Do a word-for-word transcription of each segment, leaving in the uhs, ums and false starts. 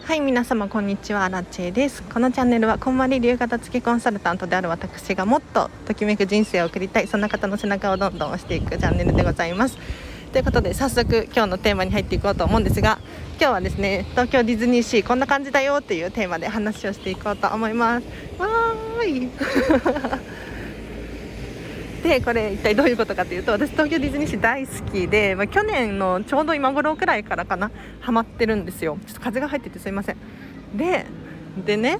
はい、皆様こんにちは、ラチェです。このチャンネルはこんまり流片付けコンサルタントである私がもっとときめく人生を送りたい、そんな方の背中をどんどん押していくチャンネルでございます。ということで早速今日のテーマに入っていこうと思うんですが、今日はですね、東京ディズニーシーこんな感じだよっていうテーマで話をしていこうと思います。わーいでこれ一体どういうことかというと、私東京ディズニーシー大好きで、まあ、去年のちょうど今頃くらいからかなハマってるんですよ。ちょっと風が入っててすいません。ででね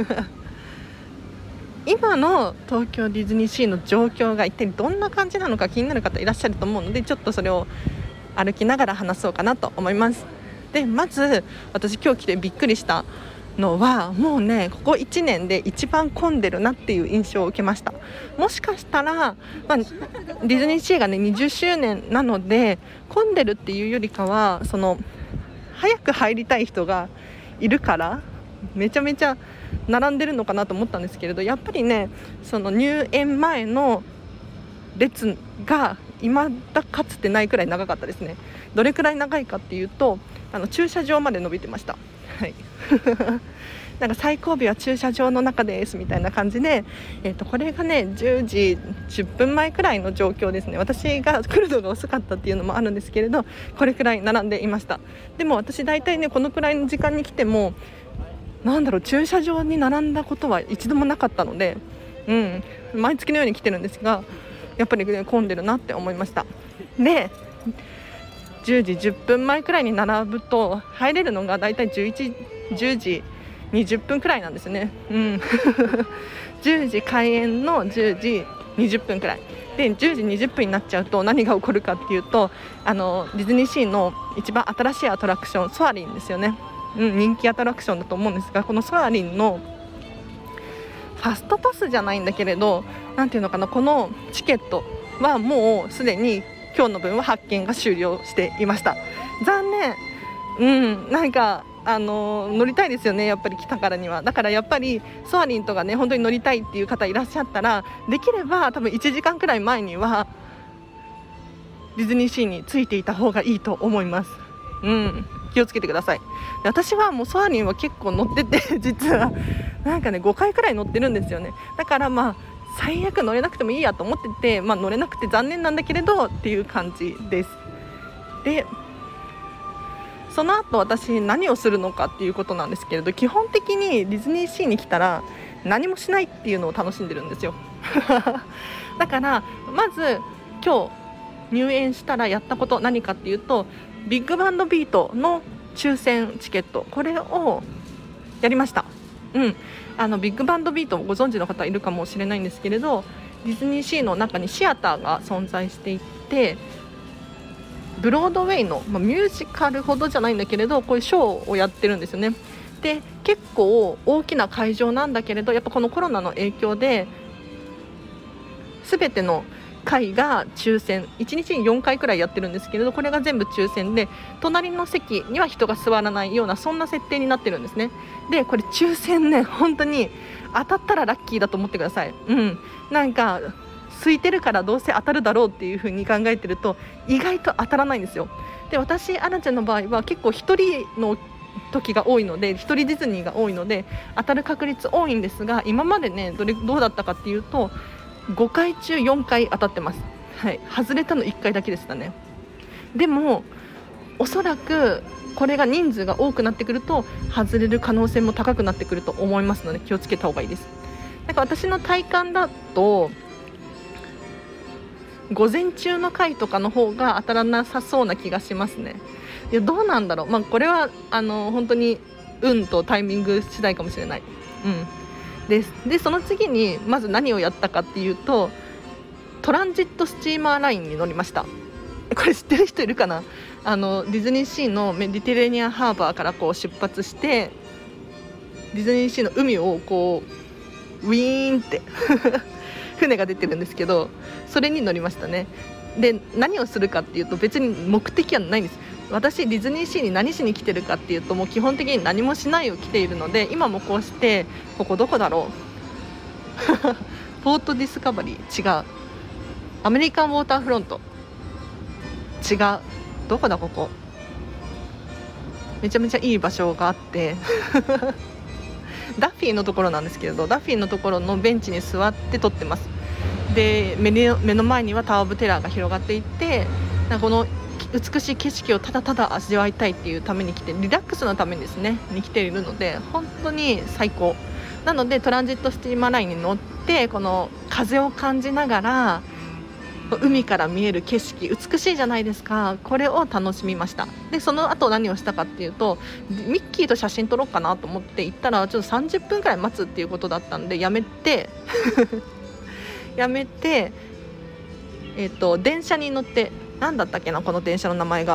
今の東京ディズニーシーの状況が一体どんな感じなのか気になる方いらっしゃると思うので、ちょっとそれを歩きながら話そうかなと思います。でまず私今日来てびっくりしたのは、もうねここいちねんで一番混んでるなっていう印象を受けました。もしかしたら、まあ、ディズニーシーがねにじゅっしゅうねんなので混んでるっていうよりかは、その早く入りたい人がいるからめちゃめちゃ並んでるのかなと思ったんですけれど、やっぱりねその入園前の列が未だかつてないくらい長かったですね。どれくらい長いかっていうと、あの駐車場まで伸びてました。はいなんか最後尾は駐車場の中ですみたいな感じで、えー、とこれがねじゅうじじゅっぷんまえくらいの状況ですね。私が来るのが遅かったっていうのもあるんですけれど、これくらい並んでいました。でも私大体ねこのくらいの時間に来てもなんだろう駐車場に並んだことは一度もなかったので、うん、毎月のように来てるんですが、やっぱり、ね、混んでるなって思いました。でじゅうじじゅっぷんまえくらいに並ぶと入れるのがだいたいじゅういち、じゅうじにじゅっぷんくらいなんですね、うん、じゅうじ開園のじゅうじにじゅっぷんくらいで、じゅうじにじゅっぷんになっちゃうと何が起こるかっていうと、あのディズニーシーの一番新しいアトラクションソアリンですよね、うん、人気アトラクションだと思うんですが、このソアリンのファストパスじゃないんだけれど、なんていうのかな、このチケットはもうすでに今日の分は発券が終了していました。残念。うんなんかあの乗りたいですよね、やっぱり来たからには。だからやっぱりソアリンとかね本当に乗りたいっていう方いらっしゃったら、できれば多分いちじかんくらい前にはディズニーシーについていた方がいいと思います。うん気をつけてください。私はもうソアリンは結構乗ってて実はなんかねごかいくらい乗ってるんですよね。だからまあ最悪乗れなくてもいいやと思ってて、まあ、乗れなくて残念なんだけれどっていう感じです。でその後私何をするのかっていうことなんですけれど、基本的にディズニーシーに来たら何もしないっていうのを楽しんでるんですよだからまず今日入園したらやったこと何かっていうと、ビッグバンドビートの抽選チケット、これをやりました。うん、あのビッグバンドビートをご存知の方いるかもしれないんですけれど、ディズニーシーの中にシアターが存在していて、ブロードウェイの、まあ、ミュージカルほどじゃないんだけれどこういうショーをやってるんですよね。で結構大きな会場なんだけれど、やっぱこのコロナの影響で全ての回が抽選、いちにちによんかいくらいやってるんですけれど、これが全部抽選で隣の席には人が座らないようなそんな設定になってるんですね。でこれ抽選ね本当に当たったらラッキーだと思ってください。うん、なんか空いてるからどうせ当たるだろうっていう風に考えてると意外と当たらないんですよ。で私アナちゃんの場合は結構一人の時が多いので、一人ディズニーが多いので当たる確率多いんですが、今までねどれどうだったかっていうとごかい中よんかい当たってます。はい、外れたのいっかいだけでしたね。でもおそらくこれが人数が多くなってくると外れる可能性も高くなってくると思いますので気をつけた方がいいです。なんか私の体感だと午前中の回とかの方が当たらなさそうな気がしますね。いやどうなんだろう、まあ、これはあの本当に運とタイミング次第かもしれない、うんです。でその次にまず何をやったかっていうと、トランジットスチーマーラインに乗りました。これ知ってる人いるかな。あのディズニーシーのメディテレーニアンハーバーからこう出発してディズニーシーの海をこうウィーンって船が出てるんですけど、それに乗りましたね。で何をするかっていうと別に目的はないんです。私ディズニーシーに何しに来てるかっていうと、もう基本的に何もしないを来ているので、今もこうしてここどこだろうポートディスカバリー違う、アメリカンウォーターフロント違う、どこだここめちゃめちゃいい場所があってダッフィーのところなんですけれど、ダッフィーのところのベンチに座って撮ってます。で 目, 目の前にはタワーオブテラーが広がっていて、なんかこの美しい景色をただただ味わいたいっていうために来て、リラックスのためにですねに来ているので、本当に最高なので、トランジットスティーマーラインに乗ってこの風を感じながら海から見える景色美しいじゃないですか。これを楽しみました。でその後何をしたかっていうと、ミッキーと写真撮ろうかなと思って行ったら、ちょっとさんじゅっぷんくらい待つっていうことだったんでやめてやめて、えーと、電車に乗って、何だったっけな、この電車の名前が、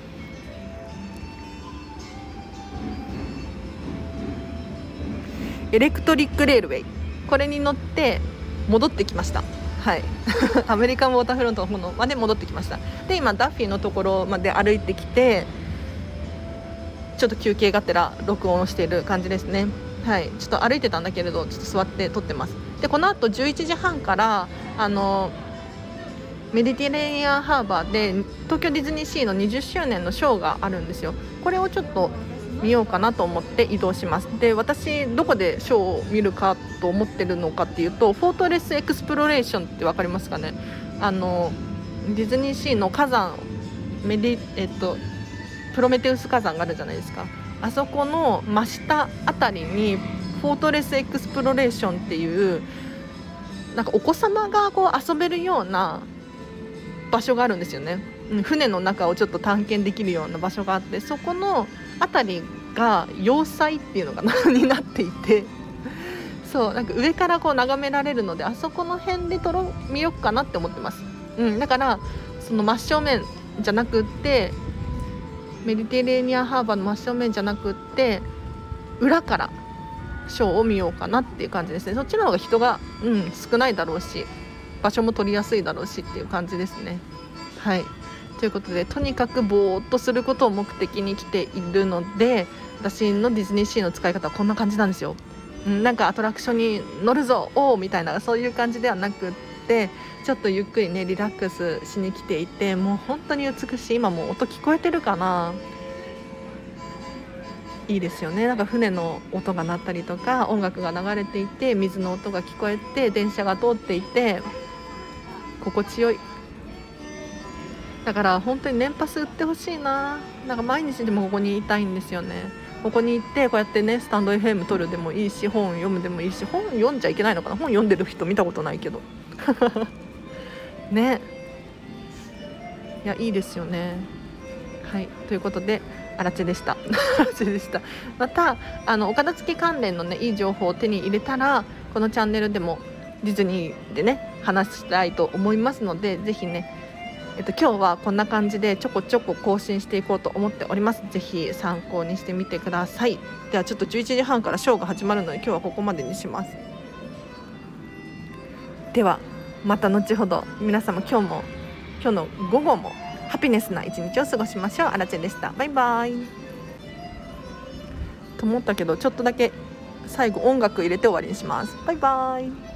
エレクトリックレールウェイ、これに乗って戻ってきました。はいアメリカンウォーターフロントの方まで戻ってきました。で今ダッフィーのところまで歩いてきて、ちょっと休憩がてら録音をしている感じですね。はい、ちょっと歩いてたんだけれど、ちょっと座って撮ってます。でこの後じゅういちじはんからあのメディテレーニアンハーバーで東京ディズニーシーのにじゅっしゅうねんのショーがあるんですよ。これをちょっと見ようかなと思って移動します。で私どこでショーを見るかと思ってるのかっていうと、フォートレスエクスプロレーションって分かりますかね。あのディズニーシーの火山メディ、えっと、プロメテウス火山があるじゃないですか。あそこの真下あたりにフォートレスエクスプロレーションっていう、なんかお子様がこう遊べるような場所があるんですよね。船の中をちょっと探検できるような場所があって、そこのあたりが要塞っていうのかなになっていて、そうなんか上からこう眺められるので、あそこの辺で撮ろ見ようかなって思ってます。うん、だからその真正面じゃなくって、メディテレーニアンハーバーの真正面じゃなくって裏からショーを見ようかなっていう感じですね。そっちの方が人が、うん、少ないだろうし、場所も取りやすいだろうしっていう感じですね。はい、ということで、とにかくぼーっとすることを目的に来ているので、私のディズニーシーの使い方はこんな感じなんですよ。うん、なんかアトラクションに乗るぞおーみたいな、そういう感じではなくって、ちょっとゆっくりねリラックスしに来ていて、もう本当に美しい。今もう音聞こえてるかな、いいですよね。なんか船の音が鳴ったりとか、音楽が流れていて、水の音が聞こえて、電車が通っていて心地よい。だから本当に年パス売ってほしいな。なんか毎日でもここにいたいんですよね。ここに行ってこうやってねスタンド エフエム 撮るでもいいし、本読むでもいいし、本読んじゃいけないのかな、本読んでる人見たことないけどね、いやいいですよね。はい、ということであらちでしたあらちでした。またあのお片付け関連のねいい情報を手に入れたら、このチャンネルでもディズニーでね話したいと思いますので、ぜひね、えっと、今日はこんな感じでちょこちょこ更新していこうと思っております。ぜひ参考にしてみてください。ではちょっとじゅういちじはんからショーが始まるので、今日はここまでにします。ではまた後ほど。皆様今日も今日の午後もハピネスな一日を過ごしましょう。あらちでした。バイバイと思ったけど、ちょっとだけ最後音楽入れて終わりにします。バイバイ。